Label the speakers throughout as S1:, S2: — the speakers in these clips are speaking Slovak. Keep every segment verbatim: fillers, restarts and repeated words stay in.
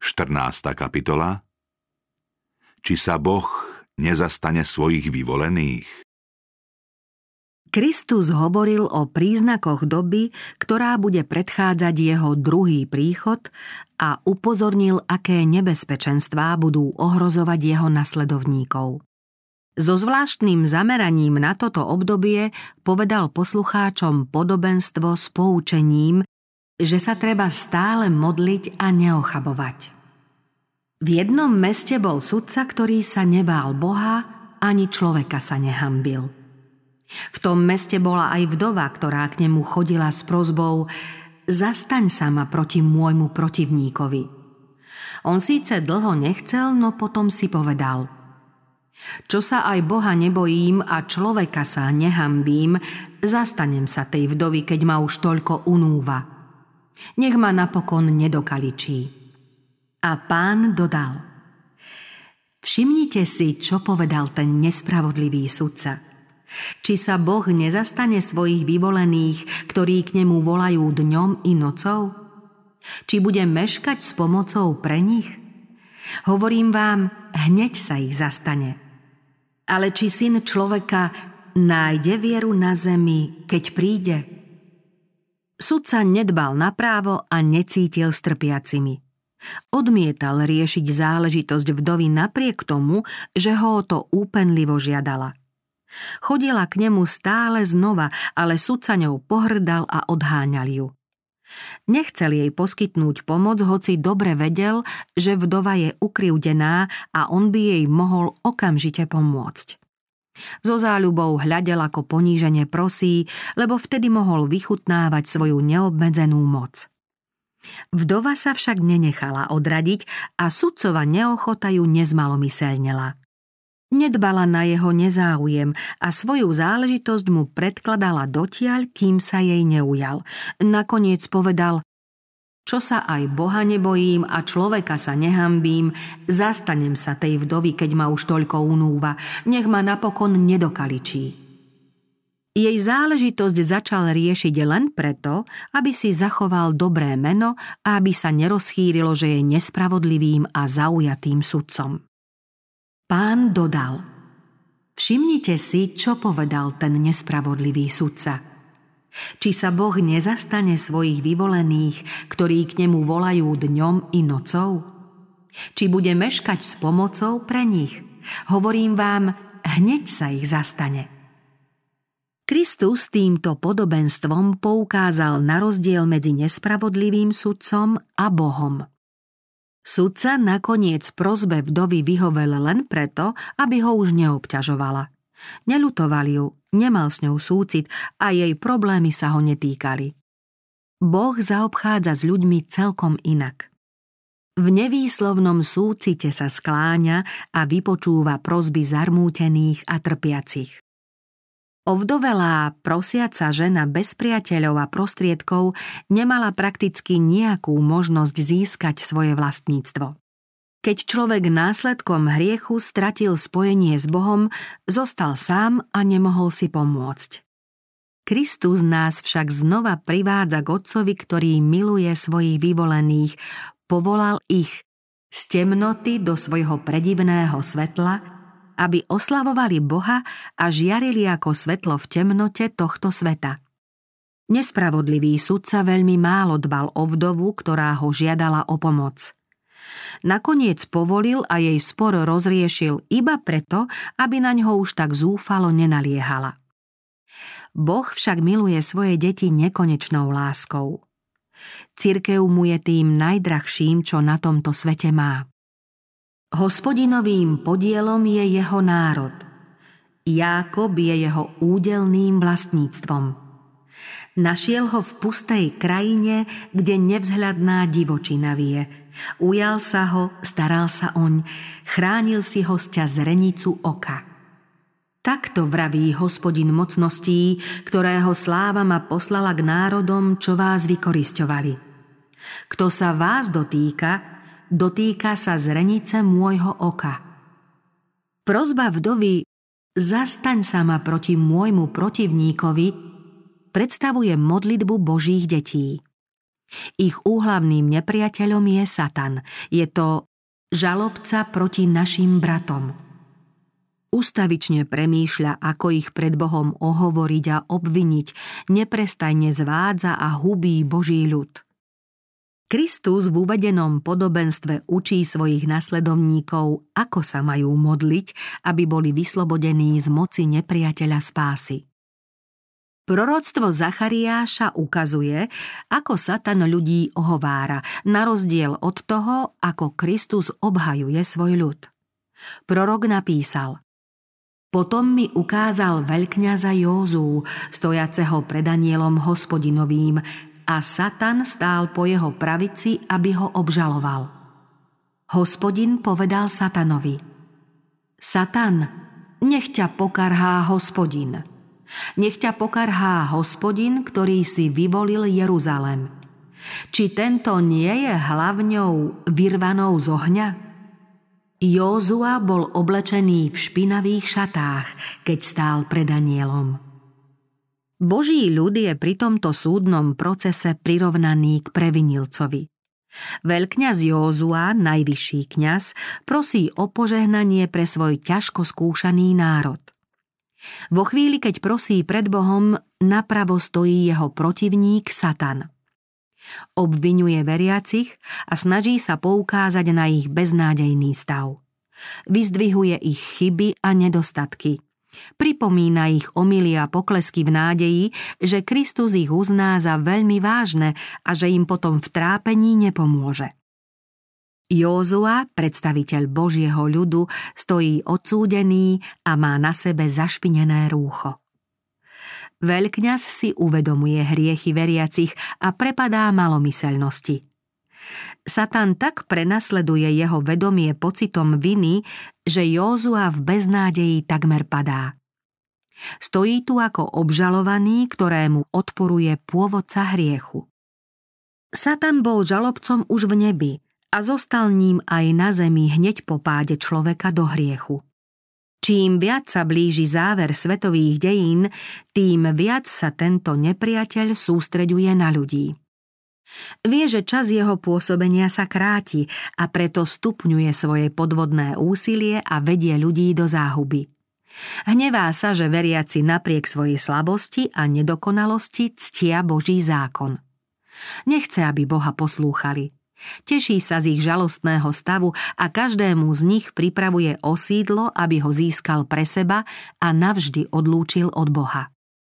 S1: štrnásta kapitola. Či sa Boh nezastane svojich vyvolených?
S2: Kristus hovoril o príznakoch doby, ktorá bude predchádzať jeho druhý príchod, a upozornil, aké nebezpečenstvá budú ohrozovať jeho nasledovníkov. So zvláštnym zameraním na toto obdobie povedal poslucháčom podobenstvo s poučením, že sa treba stále modliť a neochabovať. V jednom meste bol sudca, ktorý sa nebál Boha, ani človeka sa nehanbil. V tom meste bola aj vdova, ktorá k nemu chodila s prosbou: zastaň sa ma proti môjmu protivníkovi. On síce dlho nechcel, no potom si povedal: čo sa aj Boha nebojím a človeka sa nehanbím, zastanem sa tej vdovy, keď ma už toľko unúva. Nech ma napokon nedokaličí. A Pán dodal: všimnite si, čo povedal ten nespravodlivý sudca. Či sa Boh nezastane svojich vyvolených, ktorí k nemu volajú dňom i nocou? Či bude meškať s pomocou pre nich? Hovorím vám, hneď sa ich zastane. Ale či syn človeka nájde vieru na zemi, keď príde? Sudca nedbal na právo a necítil s trpiacimi. Odmietal riešiť záležitosť vdovy napriek tomu, že ho o to úpenlivo žiadala. Chodila k nemu stále znova, ale sudca ňou pohrdal a odháňal ju. Nechcel jej poskytnúť pomoc, hoci dobre vedel, že vdova je ukrivdená a on by jej mohol okamžite pomôcť. So záľubou hľadel, ako ponížene prosí, lebo vtedy mohol vychutnávať svoju neobmedzenú moc. Vdova sa však nenechala odradiť a sudcova neochota ju nezmalomyselnela. Nedbala na jeho nezáujem a svoju záležitosť mu predkladala dotiaľ, kým sa jej neujal. Nakoniec povedal: čo sa aj Boha nebojím a človeka sa nehanbím, zastanem sa tej vdovy, keď ma už toľko unúva. Nech ma napokon nedokaličí. Jej záležitosť začal riešiť len preto, aby si zachoval dobré meno a aby sa nerozchýrilo, že je nespravodlivým a zaujatým sudcom. Pán dodal: všimnite si, čo povedal ten nespravodlivý sudca. Či sa Boh nezastane svojich vyvolených, ktorí k nemu volajú dňom i nocou? Či bude meškať s pomocou pre nich? Hovorím vám, hneď sa ich zastane. Kristus týmto podobenstvom poukázal na rozdiel medzi nespravodlivým sudcom a Bohom. Sudca nakoniec prosbe vdovy vyhovel len preto, aby ho už neobťažovala. Neľutoval ju, nemal s ňou súcit a jej problémy sa ho netýkali. Boh zaobchádza s ľuďmi celkom inak. V nevýslovnom súcite sa skláňa a vypočúva prosby zarmútených a trpiacich. Ovdovelá, prosiaca žena bez priateľov a prostriedkov nemala prakticky nejakú možnosť získať svoje vlastníctvo. Keď človek následkom hriechu stratil spojenie s Bohom, zostal sám a nemohol si pomôcť. Kristus nás však znova privádza k Otcovi, ktorý miluje svojich vyvolených, povolal ich z temnoty do svojho predivného svetla, aby oslavovali Boha a žiarili ako svetlo v temnote tohto sveta. Nespravodlivý sudca veľmi málo dbal o vdovu, ktorá ho žiadala o pomoc. Nakoniec povolil a jej spor rozriešil iba preto, aby na ňo už tak zúfalo nenaliehala. Boh však miluje svoje deti nekonečnou láskou. Cirkev mu je tým najdrahším, čo na tomto svete má. Hospodinovým podielom je jeho národ. Jákob je jeho údelným vlastníctvom. Našiel ho v pustej krajine, kde nevzhľadná divočina vie. Ujal sa ho, staral sa oň, chránil si ho sťa zrenicu oka. Takto vraví Hospodin mocností, ktorého sláva ma poslala k národom, čo vás vykorisťovali. Kto sa vás dotýka, dotýka sa zrenice môjho oka. Prosba vdovy zastaň sa ma proti môjmu protivníkovi predstavuje modlitbu Božích detí. Ich úhlavným nepriateľom je Satan. Je to žalobca proti našim bratom. Ustavične premýšľa, ako ich pred Bohom ohovoriť a obviniť, neprestajne zvádza a hubí Boží ľud. Kristus v uvedenom podobenstve učí svojich nasledovníkov, ako sa majú modliť, aby boli vyslobodení z moci nepriateľa spásy. Proroctvo Zachariáša ukazuje, ako Satan ľudí ohovára, na rozdiel od toho, ako Kristus obhajuje svoj ľud. Prorok napísal: Potom mi ukázal veľkňaza Józuu, stojaceho pred anielom Hospodinovým, a Satan stál po jeho pravici, aby ho obžaloval. Hospodin povedal Satanovi: Satan, nech ťa pokarhá Hospodin. Nech ťa pokarhá Hospodin, ktorý si vyvolil Jeruzalem. Či tento nie je hlavňou vyrvanou z ohňa? Józua bol oblečený v špinavých šatách, keď stál pred anielom. Boží ľud je pri tomto súdnom procese prirovnaný k previnilcovi. Veľkňaz Józua, najvyšší kňaz, prosí o požehnanie pre svoj ťažko skúšaný národ. Vo chvíli, keď prosí pred Bohom, napravo stojí jeho protivník Satan. Obviňuje veriacich a snaží sa poukázať na ich beznádejný stav. Vyzdvihuje ich chyby a nedostatky. Pripomína ich omyly a poklesky v nádeji, že Kristus ich uzná za veľmi vážne a že im potom v trápení nepomôže. Józua, predstaviteľ Božieho ľudu, stojí odsúdený a má na sebe zašpinené rúcho. Veľkňaz si uvedomuje hriechy veriacich a prepadá malomyseľnosti. Satan tak prenasleduje jeho vedomie pocitom viny, že Józua v beznádeji takmer padá. Stojí tu ako obžalovaný, ktorému odporuje pôvodca hriechu. Satan bol žalobcom už v nebi a zostal ním aj na zemi hneď po páde človeka do hriechu. Čím viac sa blíži záver svetových dejín, tým viac sa tento nepriateľ sústreďuje na ľudí. Vie, že čas jeho pôsobenia sa kráti a preto stupňuje svoje podvodné úsilie a vedie ľudí do záhuby. Hnevá sa, že veriaci napriek svojej slabosti a nedokonalosti ctia Boží zákon. Nechce, aby Boha poslúchali. Teší sa z ich žalostného stavu a každému z nich pripravuje osídlo, aby ho získal pre seba a navždy odlúčil od Boha.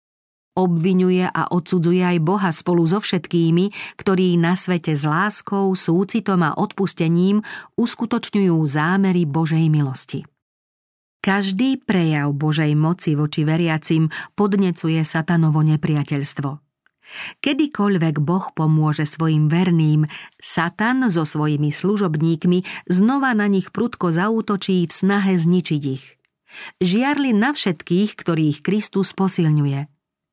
S2: Obviňuje a odsudzuje aj Boha spolu so všetkými, ktorí na svete s láskou, súcitom a odpustením uskutočňujú zámery Božej milosti. Každý prejav Božej moci voči veriacim podnecuje Satanovo nepriateľstvo. Kedykoľvek Boh pomôže svojim verným, Satan so svojimi služobníkmi znova na nich prudko zaútočí v snahe zničiť ich. Žiarli na všetkých, ktorých Kristus posilňuje.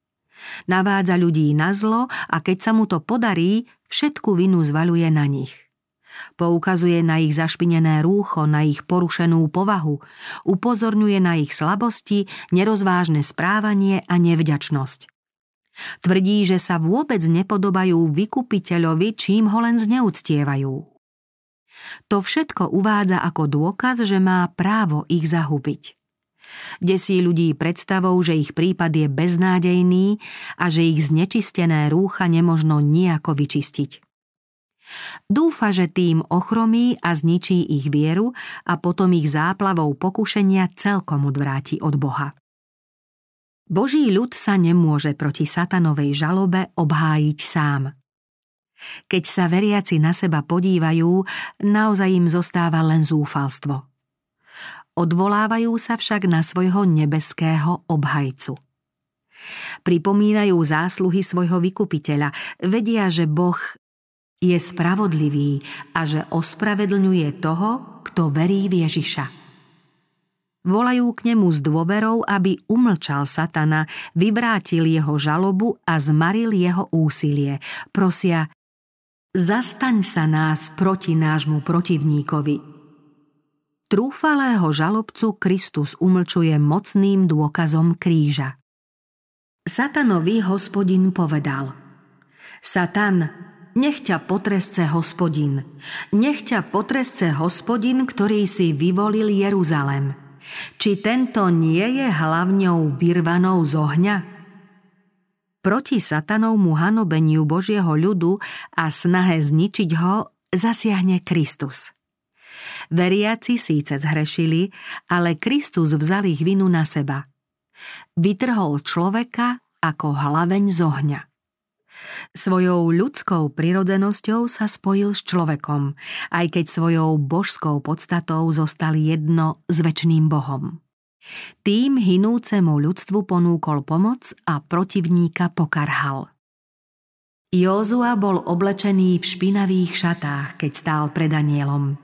S2: Navádza ľudí na zlo a keď sa mu to podarí, všetku vinu zvaľuje na nich. Poukazuje na ich zašpinené rúcho, na ich porušenú povahu, upozorňuje na ich slabosti, nerozvážne správanie a nevďačnosť. Tvrdí, že sa vôbec nepodobajú vykupiteľovi, čím ho len zneúctievajú. To všetko uvádza ako dôkaz, že má právo ich zahubiť. Desí ľudí predstavou, že ich prípad je beznádejný a že ich znečistené rúcha nemožno nijako vyčistiť. Dúfa, že tým ochromí a zničí ich vieru a potom ich záplavou pokušenia celkom odvráti od Boha. Boží ľud sa nemôže proti satanovej žalobe obhájiť sám. Keď sa veriaci na seba podívajú, naozaj im zostáva len zúfalstvo. Odvolávajú sa však na svojho nebeského obhajcu. Pripomínajú zásluhy svojho vykupiteľa, vedia, že Boh je spravodlivý a že ospravedlňuje toho, kto verí v Ježiša. Volajú k nemu s dôverou, aby umlčal Satana, vyvrátil jeho žalobu a zmaril jeho úsilie. Prosia: zastaň sa nás proti nášmu protivníkovi. Trúfalého žalobcu Kristus umlčuje mocným dôkazom kríža. Satanovi Hospodin povedal: Satan, nech ťa potresce Hospodin. Nech ťa potresce Hospodin, ktorý si vyvolil Jeruzalem. Či tento nie je hlavňou vyrvanou z ohňa? Proti satanovmu hanobeniu Božieho ľudu a snahe zničiť ho zasiahne Kristus. Veriaci síce zhrešili, ale Kristus vzal ich vinu na seba. Vytrhol človeka ako hlaveň z ohňa. Svojou ľudskou prirodzenosťou sa spojil s človekom, aj keď svojou božskou podstatou zostal jedno s večným Bohom. Tým hinúcemu ľudstvu ponúkol pomoc a protivníka pokarhal. Józua bol oblečený v špinavých šatách, keď stál pred anielom.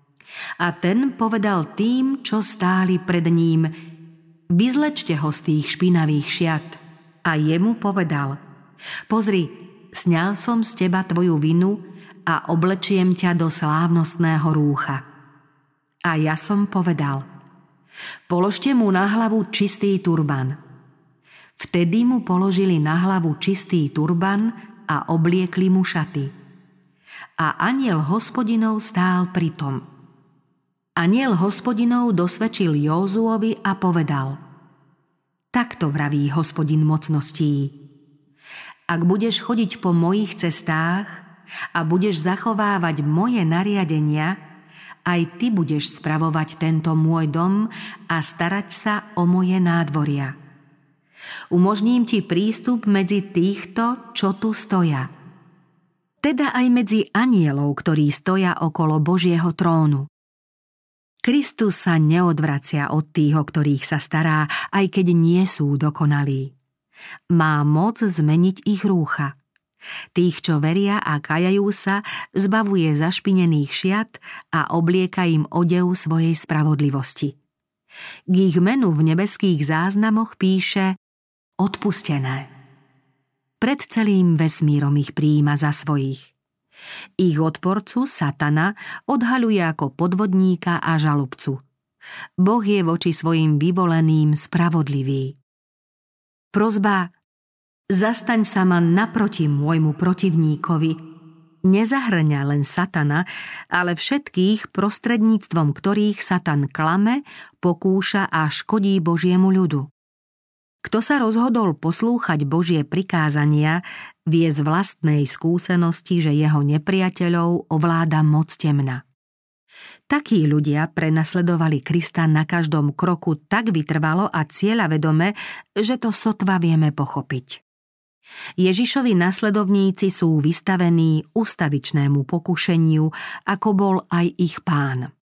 S2: A ten povedal tým, čo stáli pred ním: vyzlečte ho z tých špinavých šiat. A jemu povedal: pozri, sňal som z teba tvoju vinu a oblečiem ťa do slávnostného rúcha. A ja som povedal: položte mu na hlavu čistý turban. Vtedy mu položili na hlavu čistý turban a obliekli mu šaty. A anjel Hospodinov stál pri tom. Anjel Hospodinov dosvedčil Józuovi a povedal: takto vraví Hospodin mocností: ak budeš chodiť po mojich cestách a budeš zachovávať moje nariadenia, aj ty budeš spravovať tento môj dom a starať sa o moje nádvoria. Umožním ti prístup medzi týchto, čo tu stoja. Teda aj medzi anielov, ktorí stoja okolo Božieho trónu. Kristus sa neodvracia od tých, o ktorých sa stará, aj keď nie sú dokonalí. Má moc zmeniť ich rúcha. Tých, čo veria a kajajú sa, zbavuje zašpinených šiat a oblieka im odev svojej spravodlivosti. K ich menu v nebeských záznamoch píše odpustené. Pred celým vesmírom ich prijíma za svojich. Ich odporcu, satana, odhaľuje ako podvodníka a žalobcu. Boh je voči svojim vyvoleným spravodlivý. Prosba: zastaň sa ma naproti môjmu protivníkovi, nezahŕňa len satana, ale všetkých, prostredníctvom ktorých satan klame, pokúša a škodí Božiemu ľudu. Kto sa rozhodol poslúchať Božie prikázania, vie z vlastnej skúsenosti, že jeho nepriateľov ovláda moc temna. Takí ľudia prenasledovali Krista na každom kroku tak vytrvalo a cieľavedome, že to sotva vieme pochopiť. Ježišovi nasledovníci sú vystavení ustavičnému pokušeniu, ako bol aj ich Pán.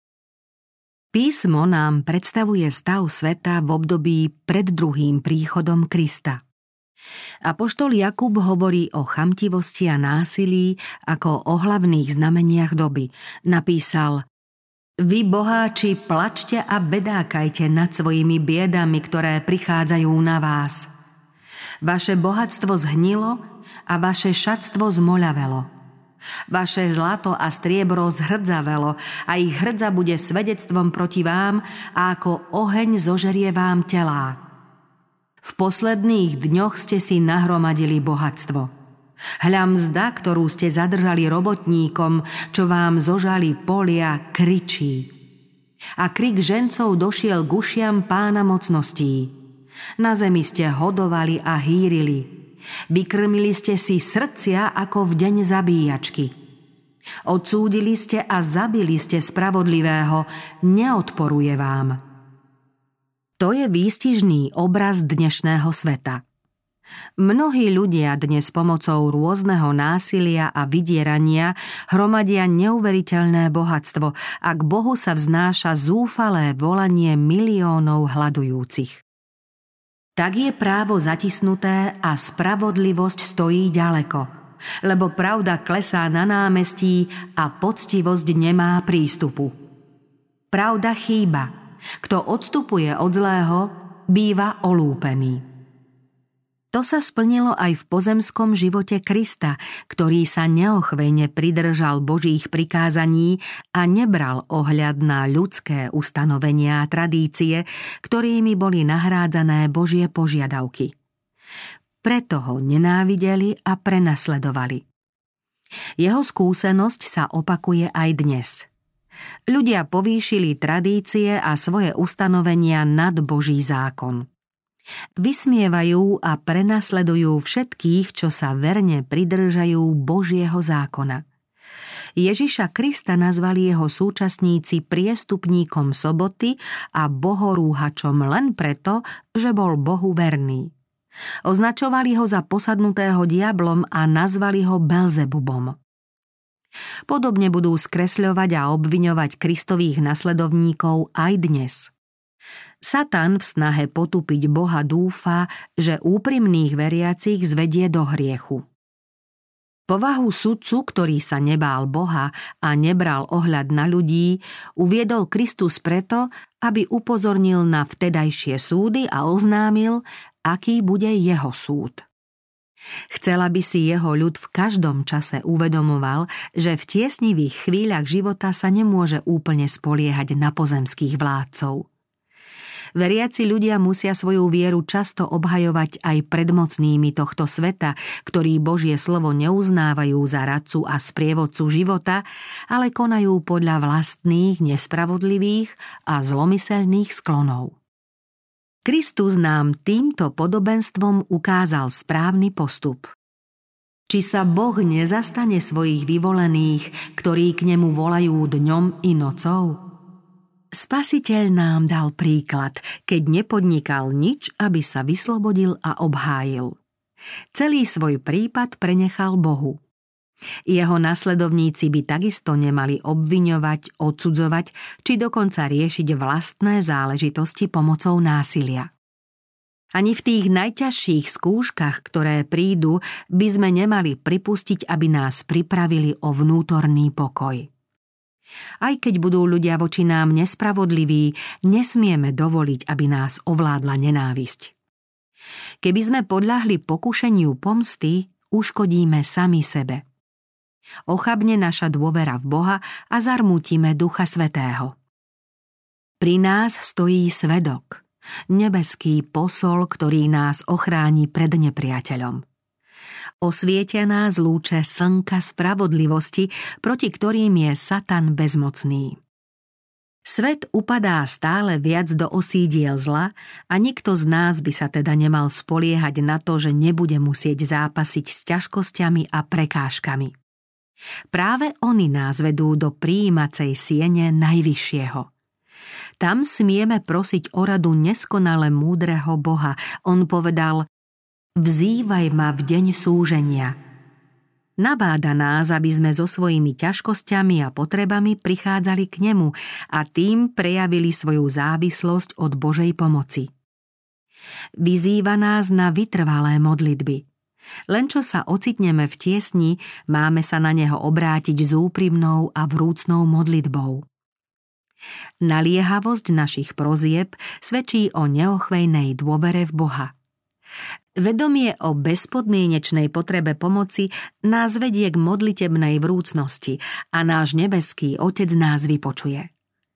S2: Písmo nám predstavuje stav sveta v období pred druhým príchodom Krista. Apoštol Jakub hovorí o chamtivosti a násilí ako o hlavných znameniach doby. Napísal: vy, boháči, plačte a bedákajte nad svojimi biedami, ktoré prichádzajú na vás. Vaše bohatstvo zhnilo a vaše šatstvo zmoľavelo. Vaše zlato a striebro zhrdzavelo a ich hrdza bude svedectvom proti vám a ako oheň zožerie vám telá. V posledných dňoch ste si nahromadili bohatstvo. Hľa mzda, ktorú ste zadržali robotníkom, čo vám zožali polia, kričí. A krik žencov došiel k ušiam Pána mocností. Na zemi ste hodovali a hýrili. Vykrmili ste si srdcia ako v deň zabíjačky. Odsúdili ste a zabili ste spravodlivého, neodporuje vám. To je výstižný obraz dnešného sveta. Mnohí ľudia dnes pomocou rôzneho násilia a vydierania hromadia neuveriteľné bohatstvo a k Bohu sa vznáša zúfalé volanie miliónov hladujúcich. Tak je právo zatisnuté a spravodlivosť stojí ďaleko, lebo pravda klesá na námestí a poctivosť nemá prístupu. Pravda chýba. Kto odstupuje od zlého, býva olúpený. To sa splnilo aj v pozemskom živote Krista, ktorý sa neochvejne pridržal Božích prikázaní a nebral ohľad na ľudské ustanovenia a tradície, ktorými boli nahrádzané Božie požiadavky. Preto ho nenávideli a prenasledovali. Jeho skúsenosť sa opakuje aj dnes. Ľudia povýšili tradície a svoje ustanovenia nad Boží zákon. Vysmievajú a prenasledujú všetkých, čo sa verne pridržajú Božieho zákona. Ježiša Krista nazvali jeho súčasníci priestupníkom soboty a bohorúhačom len preto, že bol Bohu verný. Označovali ho za posadnutého diablom a nazvali ho Belzebubom. Podobne budú skresľovať a obviňovať Kristových nasledovníkov aj dnes. Satan v snahe potupiť Boha dúfa, že úprimných veriacich zvedie do hriechu. Povahu sudcu, ktorý sa nebál Boha a nebral ohľad na ľudí, uviedol Kristus preto, aby upozornil na vtedajšie súdy a oznámil, aký bude jeho súd. Chcela by si jeho ľud v každom čase uvedomoval, že v tiesnivých chvíľach života sa nemôže úplne spoliehať na pozemských vládcov. Veriaci ľudia musia svoju vieru často obhajovať aj pred mocnými tohto sveta, ktorí Božie slovo neuznávajú za radcu a sprievodcu života, ale konajú podľa vlastných, nespravodlivých a zlomyselných sklonov. Kristus nám týmto podobenstvom ukázal správny postup. Či sa Boh nezastane svojich vyvolených, ktorí k nemu volajú dňom i nocou? Spasiteľ nám dal príklad, keď nepodnikal nič, aby sa vyslobodil a obhájil. Celý svoj prípad prenechal Bohu. Jeho nasledovníci by takisto nemali obviňovať, odsudzovať, či dokonca riešiť vlastné záležitosti pomocou násilia. Ani v tých najťažších skúškach, ktoré prídu, by sme nemali pripustiť, aby nás pripravili o vnútorný pokoj. Aj keď budú ľudia voči nám nespravodliví, nesmieme dovoliť, aby nás ovládla nenávisť. Keby sme podľahli pokušeniu pomsty, uškodíme sami sebe. Ochabne naša dôvera v Boha a zarmútime Ducha Svätého. Pri nás stojí svedok, nebeský posol, ktorý nás ochráni pred nepriateľom. Osvietia nás lúče slnka spravodlivosti, proti ktorým je Satan bezmocný. Svet upadá stále viac do osídiel zla a nikto z nás by sa teda nemal spoliehať na to, že nebude musieť zápasiť s ťažkosťami a prekážkami. Práve oni nás vedú do prijímacej siene Najvyššieho. Tam smieme prosiť o radu neskonale múdreho Boha. On povedal: Vzývaj ma v deň súženia. Nabáda nás, aby sme so svojimi ťažkosťami a potrebami prichádzali k nemu a tým prejavili svoju závislosť od Božej pomoci. Vyzýva nás na vytrvalé modlitby. Len čo sa ocitneme v tiesni, máme sa na neho obrátiť s úprimnou a vrúcnou modlitbou. Naliehavosť našich prozieb svedčí o neochvejnej dôvere v Boha. Vedomie o bezpodmienečnej potrebe pomoci nás vedie k modlitebnej vrúcnosti a náš nebeský Otec nás vypočuje.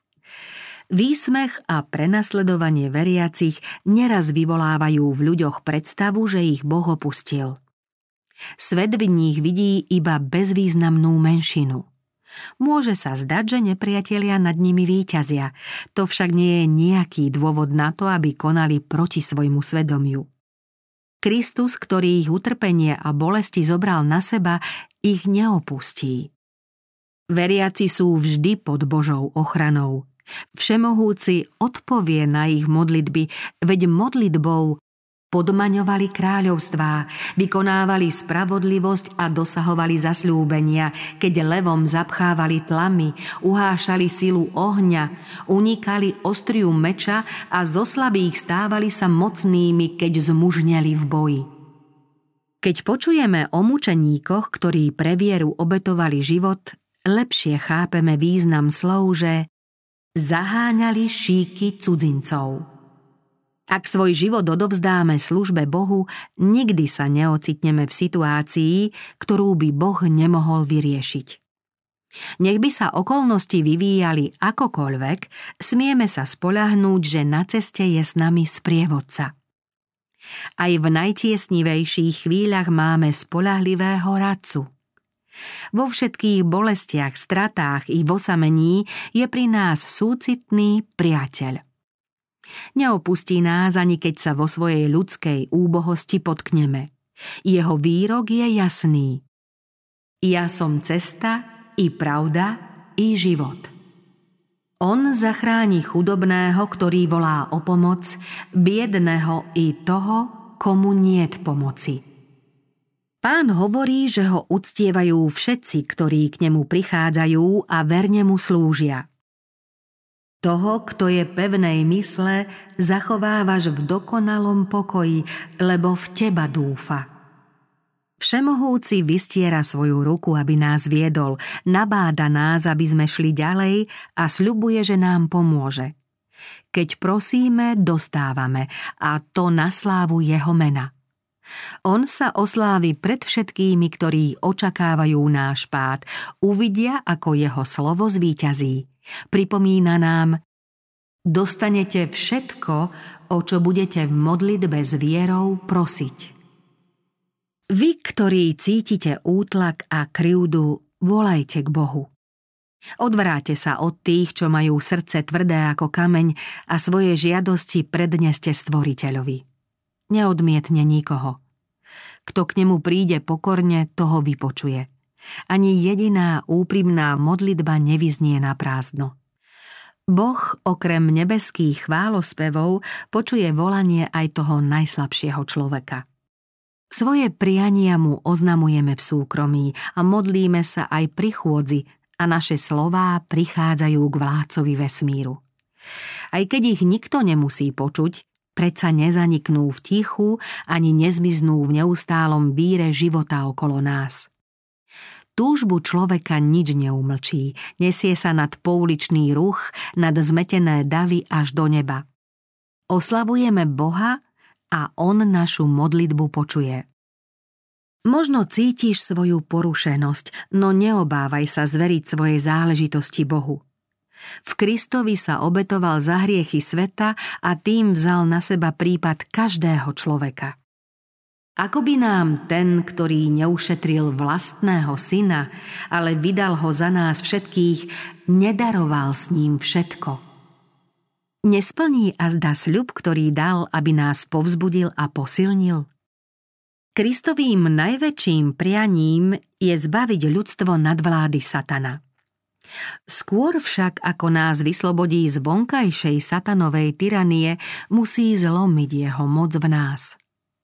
S2: Výsmech a prenasledovanie veriacich neraz vyvolávajú v ľuďoch predstavu, že ich Boh opustil. Svet v nich vidí iba bezvýznamnú menšinu. Môže sa zdať, že nepriatelia nad nimi víťazia, to však nie je nejaký dôvod na to, aby konali proti svojmu svedomiu. Kristus, ktorý ich utrpenie a bolesti zobral na seba, ich neopustí. Veriaci sú vždy pod Božou ochranou. Všemohúci odpovie na ich modlitby, veď modlitbou podmaňovali kráľovstvá, vykonávali spravodlivosť a dosahovali zasľúbenia, keď levom zapchávali tlamy, uhášali silu ohňa, unikali ostriu meča a zo slabých stávali sa mocnými, keď zmužneli v boji. Keď počujeme o mučeníkoch, ktorí pre vieru obetovali život, lepšie chápeme význam slov, že zaháňali šíky cudzincov. Ak svoj život odovzdáme službe Bohu, nikdy sa neocitneme v situácii, ktorú by Boh nemohol vyriešiť. Nech by sa okolnosti vyvíjali akokoľvek, smieme sa spoľahnúť, že na ceste je s nami sprievodca. Aj v najtiesnivejších chvíľach máme spoľahlivého radcu. Vo všetkých bolestiach, stratách i v osamení je pri nás súcitný priateľ. Neopustí nás, ani keď sa vo svojej ľudskej úbohosti potkneme. Jeho výrok je jasný. Ja som cesta, i pravda, i život. On zachráni chudobného, ktorý volá o pomoc, biedného i toho, komu niet pomoci. Pán hovorí, že ho uctievajú všetci, ktorí k nemu prichádzajú a verne mu slúžia. Toho, kto je pevnej mysle, zachovávaš v dokonalom pokoji, lebo v teba dúfa. Všemohúci vystiera svoju ruku, aby nás viedol, nabáda nás, aby sme šli ďalej a sľubuje, že nám pomôže. Keď prosíme, dostávame, a to na slávu jeho mena. On sa oslávi pred všetkými, ktorí očakávajú náš pád, uvidia, ako jeho slovo zvíťazí. Pripomína nám: dostanete všetko, o čo budete v modlitbe s vierou prosiť. Vy, ktorí cítite útlak a krivdu, volajte k Bohu. Odvráte sa od tých, čo majú srdce tvrdé ako kameň, a svoje žiadosti predneste Stvoriteľovi. Neodmietne nikoho. Kto k nemu príde pokorne, toho vypočuje. Ani jediná úprimná modlitba nevyznie na prázdno. Boh okrem nebeských chválospevov počuje volanie aj toho najslabšieho človeka. Svoje priania mu oznamujeme v súkromí a modlíme sa aj pri chôdzi a naše slová prichádzajú k vládcovi vesmíru. Aj keď ich nikto nemusí počuť, predsa nezaniknú v tichu ani nezmiznú v neustálom víre života okolo nás. Túžbu človeka nič neumlčí, nesie sa nad pouličný ruch, nad zmetené davy až do neba. Oslavujeme Boha a on našu modlitbu počuje. Možno cítiš svoju porušenosť, no neobávaj sa zveriť svoje záležitosti Bohu. V Kristovi sa obetoval za hriechy sveta a tým vzal na seba prípad každého človeka. Ako by nám ten, ktorý neušetril vlastného syna, ale vydal ho za nás všetkých, nedaroval s ním všetko. Nesplní azda sľub, ktorý dal, aby nás povzbudil a posilnil? Kristovým najväčším prianím je zbaviť ľudstvo nadvlády satana. Skôr však, ako nás vyslobodí z vonkajšej satanovej tyranie, musí zlomiť jeho moc v nás.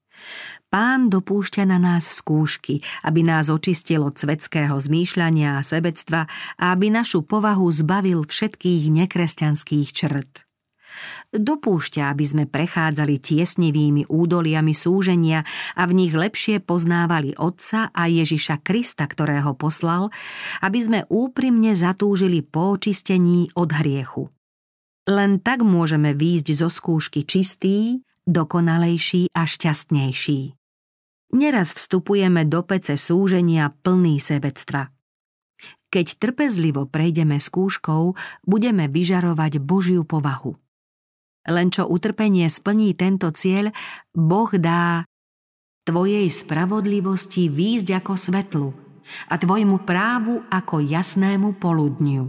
S2: Pán dopúšťa na nás skúšky, aby nás očistil od svetského zmýšľania a sebectva a aby našu povahu zbavil všetkých nekresťanských črt. Dopúšťa, aby sme prechádzali tiesnivými údoliami súženia a v nich lepšie poznávali Otca a Ježiša Krista, ktorého poslal, aby sme úprimne zatúžili po očistení od hriechu. Len tak môžeme výjsť zo skúšky čistý, dokonalejší a šťastnejší. Neraz vstupujeme do pece súženia plný sebectva. Keď trpezlivo prejdeme skúškou, budeme vyžarovať Božiu povahu. Len čo utrpenie splní tento cieľ, Boh dá tvojej spravodlivosti výjsť ako svetlu a tvojmu právu ako jasnému poludniu.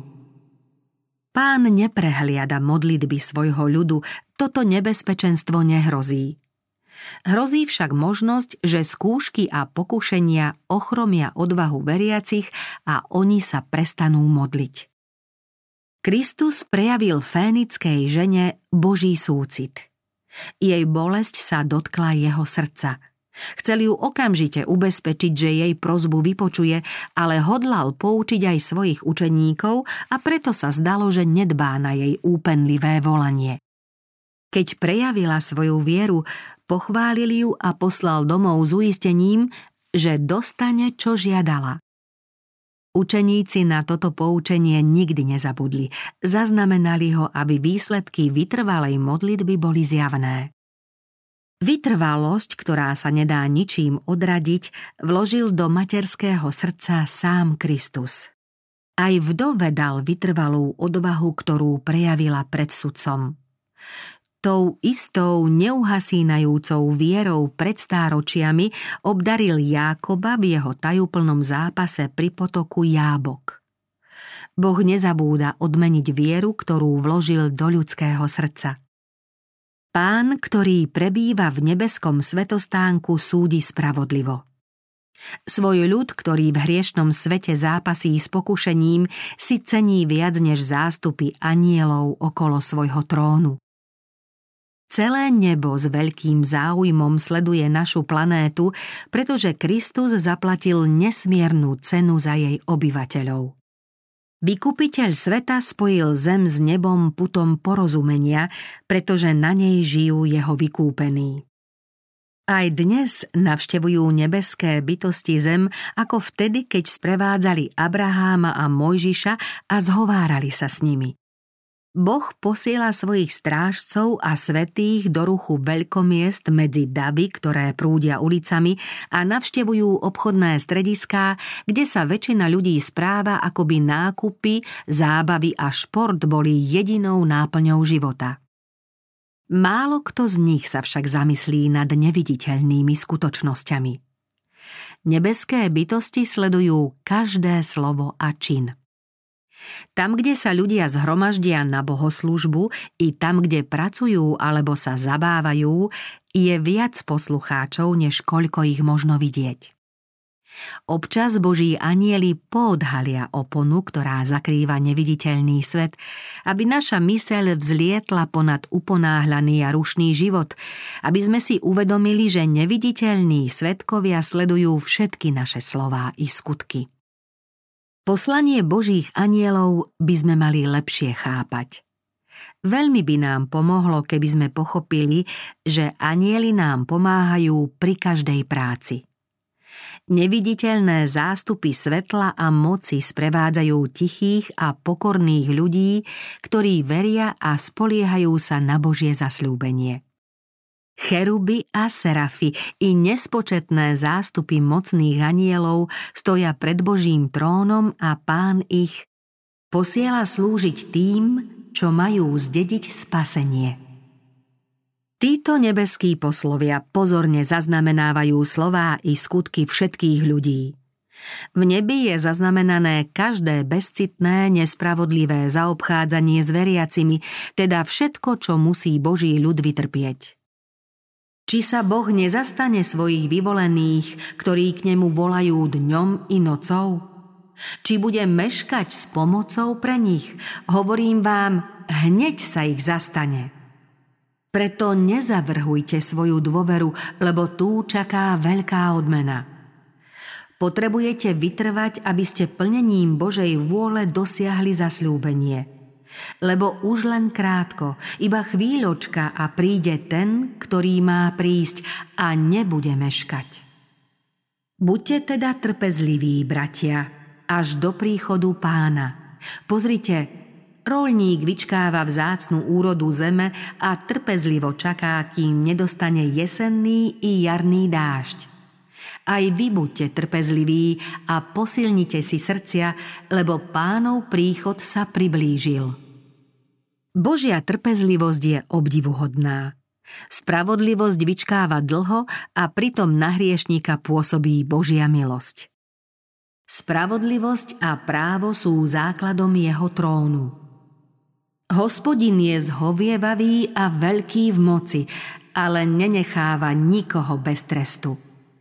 S2: Pán neprehliada modlitby svojho ľudu, toto nebezpečenstvo nehrozí. Hrozí však možnosť, že skúšky a pokušenia ochromia odvahu veriacich a oni sa prestanú modliť. Kristus prejavil fénickej žene Boží súcit. Jej bolesť sa dotkla jeho srdca. Chcel ju okamžite ubezpečiť, že jej prosbu vypočuje, ale hodlal poučiť aj svojich učeníkov a preto sa zdalo, že nedbá na jej úpenlivé volanie. Keď prejavila svoju vieru, pochválil ju a poslal domov s uistením, že dostane, čo žiadala. Učeníci na toto poučenie nikdy nezabudli. Zaznamenali ho, aby výsledky vytrvalej modlitby boli zjavné. Vytrvalosť, ktorá sa nedá ničím odradiť, vložil do materského srdca sám Kristus. Aj vdove dal vytrvalú odvahu, ktorú prejavila pred sudcom. Tou istou neuhasínajúcou vierou pred stáročiami obdaril Jákoba v jeho tajúplnom zápase pri potoku Jábok. Boh nezabúda odmeniť vieru, ktorú vložil do ľudského srdca. Pán, ktorý prebýva v nebeskom svetostánku, súdi spravodlivo. Svoj ľud, ktorý v hriešnom svete zápasí s pokušením, si cení viac než zástupy anielov okolo svojho trónu. Celé nebo s veľkým záujmom sleduje našu planétu, pretože Kristus zaplatil nesmiernu cenu za jej obyvateľov. Vykupiteľ sveta spojil zem s nebom putom porozumenia, pretože na nej žijú jeho vykúpení. Aj dnes navštevujú nebeské bytosti zem, ako vtedy, keď sprevádzali Abraháma a Mojžiša a zhovárali sa s nimi. Boh posiela svojich strážcov a svätých do ruchu veľkomiest medzi davy, ktoré prúdia ulicami a navštevujú obchodné strediská, kde sa väčšina ľudí správa, akoby nákupy, zábavy a šport boli jedinou náplňou života. Málo kto z nich sa však zamyslí nad neviditeľnými skutočnosťami. Nebeské bytosti sledujú každé slovo a čin. Tam, kde sa ľudia zhromaždia na bohoslúžbu, i tam, kde pracujú alebo sa zabávajú, je viac poslucháčov, než koľko ich možno vidieť. Občas Boží anjeli poodhalia oponu, ktorá zakrýva neviditeľný svet, aby naša myseľ vzlietla ponad uponáhľaný a rušný život, aby sme si uvedomili, že neviditeľní svedkovia sledujú všetky naše slová i skutky. Poslanie Božích anjelov by sme mali lepšie chápať. Veľmi by nám pomohlo, keby sme pochopili, že anjeli nám pomáhajú pri každej práci. Neviditeľné zástupy svetla a moci sprevádzajú tichých a pokorných ľudí, ktorí veria a spoliehajú sa na Božie zasľúbenie. Cheruby a serafy i nespočetné zástupy mocných anjelov stoja pred Božím trónom a Pán ich posiela slúžiť tým, čo majú zdediť spasenie. Títo nebeskí poslovia pozorne zaznamenávajú slová i skutky všetkých ľudí. V nebi je zaznamenané každé bezcitné, nespravodlivé zaobchádzanie s veriacimi, teda všetko, čo musí Boží ľud vytrpieť. Či sa Boh nezastane svojich vyvolených, ktorí k nemu volajú dňom i nocou? Či bude meškať s pomocou pre nich? Hovorím vám, hneď sa ich zastane. Preto nezavrhujte svoju dôveru, lebo tu čaká veľká odmena. Potrebujete vytrvať, aby ste plnením Božej vôle dosiahli zasľúbenie. Lebo už len krátko, iba chvíľočka a príde ten, ktorý má prísť a nebude meškať. Buďte teda trpezliví, bratia, až do príchodu Pána. Pozrite, roľník vyčkáva vzácnu úrodu zeme a trpezlivo čaká, kým nedostane jesenný i jarný dážď. Aj vy buďte trpezliví a posilnite si srdcia, lebo Pánov príchod sa priblížil. Božia trpezlivosť je obdivuhodná. Spravodlivosť vyčkáva dlho a pritom na hriešnika pôsobí Božia milosť. Spravodlivosť a právo sú základom jeho trónu. Hospodin je zhovievavý a veľký v moci, ale nenecháva nikoho bez trestu.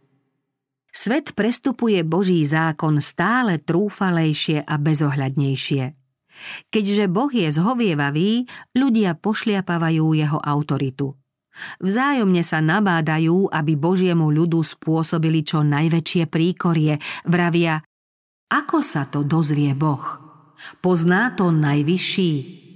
S2: Svet prestupuje Boží zákon stále trúfalejšie a bezohľadnejšie. Keďže Boh je zhovievavý, ľudia pošliapavajú jeho autoritu. Vzájomne sa nabádajú, aby Božiemu ľudu spôsobili čo najväčšie príkorie. Vravia, ako sa to dozvie Boh? Pozná to najvyšší?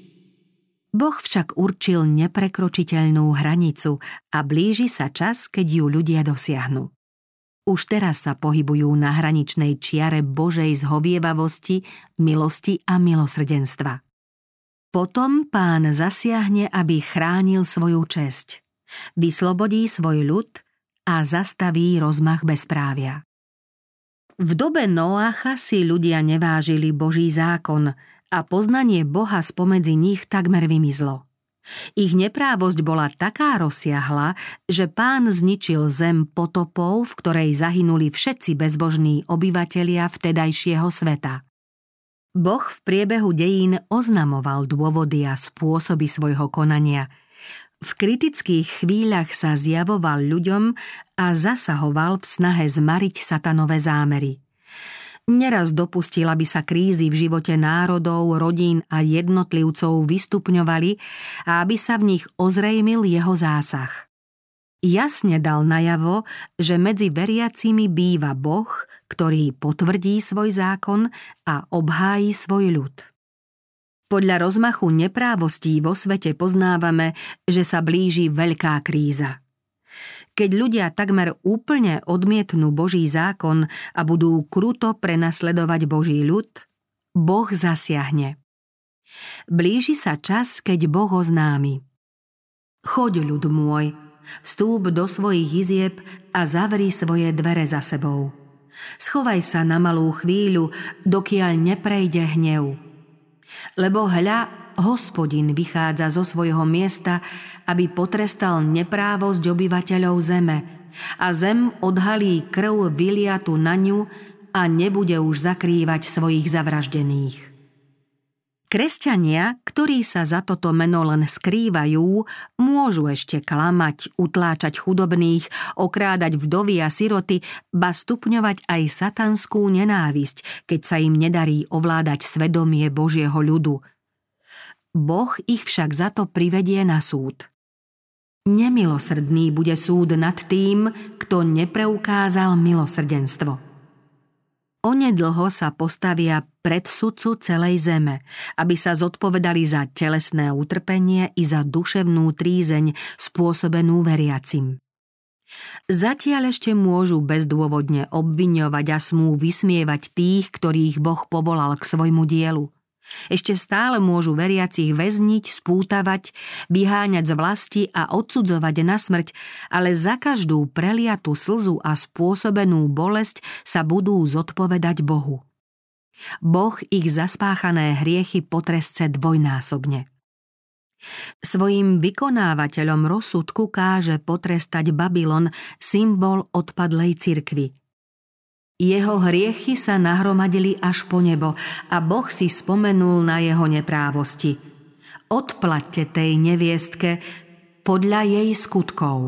S2: Boh však určil neprekročiteľnú hranicu a blíži sa čas, keď ju ľudia dosiahnu. Už teraz sa pohybujú na hraničnej čiare Božej zhovievavosti, milosti a milosrdenstva. Potom Pán zasiahne, aby chránil svoju česť, vyslobodí svoj ľud a zastaví rozmach bezprávia. V dobe Noácha si ľudia nevážili Boží zákon a poznanie Boha spomedzi nich takmer vymizlo. Ich neprávosť bola taká rozsiahla, že Pán zničil zem potopou, v ktorej zahynuli všetci bezbožní obyvatelia vtedajšieho sveta. Boh v priebehu dejín oznamoval dôvody a spôsoby svojho konania. V kritických chvíľach sa zjavoval ľuďom a zasahoval v snahe zmariť satanové zámery. Neraz dopustil, aby sa krízy v živote národov, rodín a jednotlivcov vystupňovali a aby sa v nich ozrejmil jeho zásah. Jasne dal najavo, že medzi veriacimi býva Boh, ktorý potvrdí svoj zákon a obhájí svoj ľud. Podľa rozmachu neprávostí vo svete poznávame, že sa blíži veľká kríza. Keď ľudia takmer úplne odmietnú Boží zákon a budú kruto prenasledovať Boží ľud, Boh zasiahne. Blíži sa čas, keď Boh oznámi: Choď, ľud môj, vstúp do svojich izieb a zavri svoje dvere za sebou. Schovaj sa na malú chvíľu, dokiaľ neprejde hnev. Lebo hľa, Hospodin vychádza zo svojho miesta, aby potrestal neprávosť obyvateľov zeme, a zem odhalí krv vyliatu na ňu a nebude už zakrývať svojich zavraždených. Kresťania, ktorí sa za toto meno len skrývajú, môžu ešte klamať, utláčať chudobných, okrádať vdovy a siroty, ba stupňovať aj satanskú nenávisť, keď sa im nedarí ovládať svedomie Božieho ľudu. Boh ich však za to privedie na súd. Nemilosrdný bude súd nad tým, kto nepreukázal milosrdenstvo. Onedlho sa postavia pred sudcu celej zeme, aby sa zodpovedali za telesné utrpenie i za duševnú trízeň spôsobenú veriacim. Zatiaľ ešte môžu bezdôvodne obviňovať a smú vysmievať tých, ktorých Boh povolal k svojmu dielu. Ešte stále môžu veriacich väzniť, spútavať, vyháňať z vlasti a odsudzovať na smrť, ale za každú preliatú slzu a spôsobenú bolesť sa budú zodpovedať Bohu. Boh ich zaspáchané hriechy potresce dvojnásobne. Svojim vykonávateľom rozsudku káže potrestať Babylon, symbol odpadlej cirkvi. Jeho hriechy sa nahromadili až po nebo a Boh si spomenul na jeho neprávosti. Odplaťte tej neviestke podľa jej skutkov.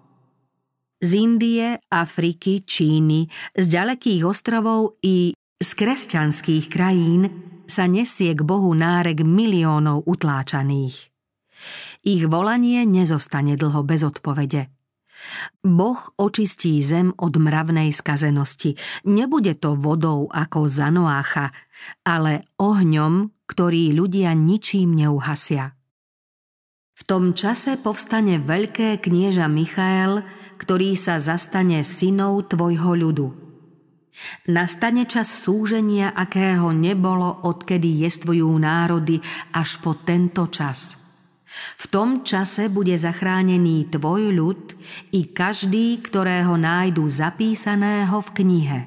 S2: Z Indie, Afriky, Číny, z ďalekých ostrovov i z kresťanských krajín sa nesie k Bohu nárek miliónov utláčaných. Ich volanie nezostane dlho bez odpovede. Boh očistí zem od mravnej skazenosti. Nebude to vodou ako za Noácha, ale ohňom, ktorý ľudia ničím neuhasia. V tom čase povstane veľké knieža Michael, ktorý sa zastane synov tvojho ľudu. Nastane čas súženia, akého nebolo, odkedy jestvujú národy, až po tento čas. V tom čase bude zachránený tvoj ľud i každý, ktorého nájdu zapísaného v knihe.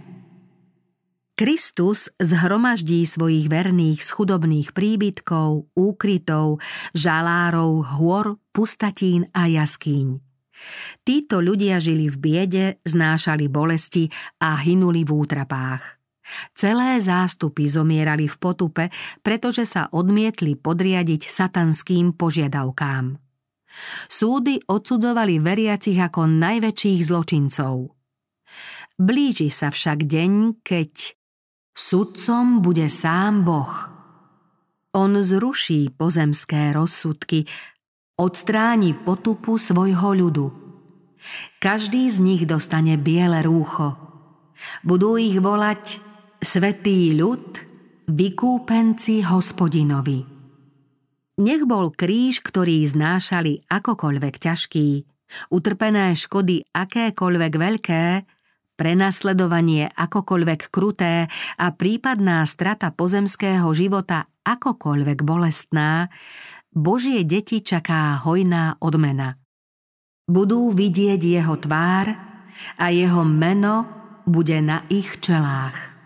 S2: Kristus zhromaždí svojich verných z chudobných príbytkov, úkrytov, žalárov, hôr, pustatín a jaskýň. Títo ľudia žili v biede, znášali bolesti a hynuli v útrapách. Celé zástupy zomierali v potupe, pretože sa odmietli podriadiť satanským požiadavkám. Súdy odsudzovali veriacich ako najväčších zločincov. Blíži sa však deň, keď sudcom bude sám Boh. On zruší pozemské rozsudky, odstráni potupu svojho ľudu. Každý z nich dostane biele rúcho. Budú ich volať Svätý ľud, vykúpenci Hospodinovi. Nech bol kríž, ktorý znášali akokoľvek ťažký, utrpené škody akékoľvek veľké, prenasledovanie akokoľvek kruté a prípadná strata pozemského života akokoľvek bolestná, Božie deti čaká hojná odmena. Budú vidieť jeho tvár a jeho meno bude na ich čelách.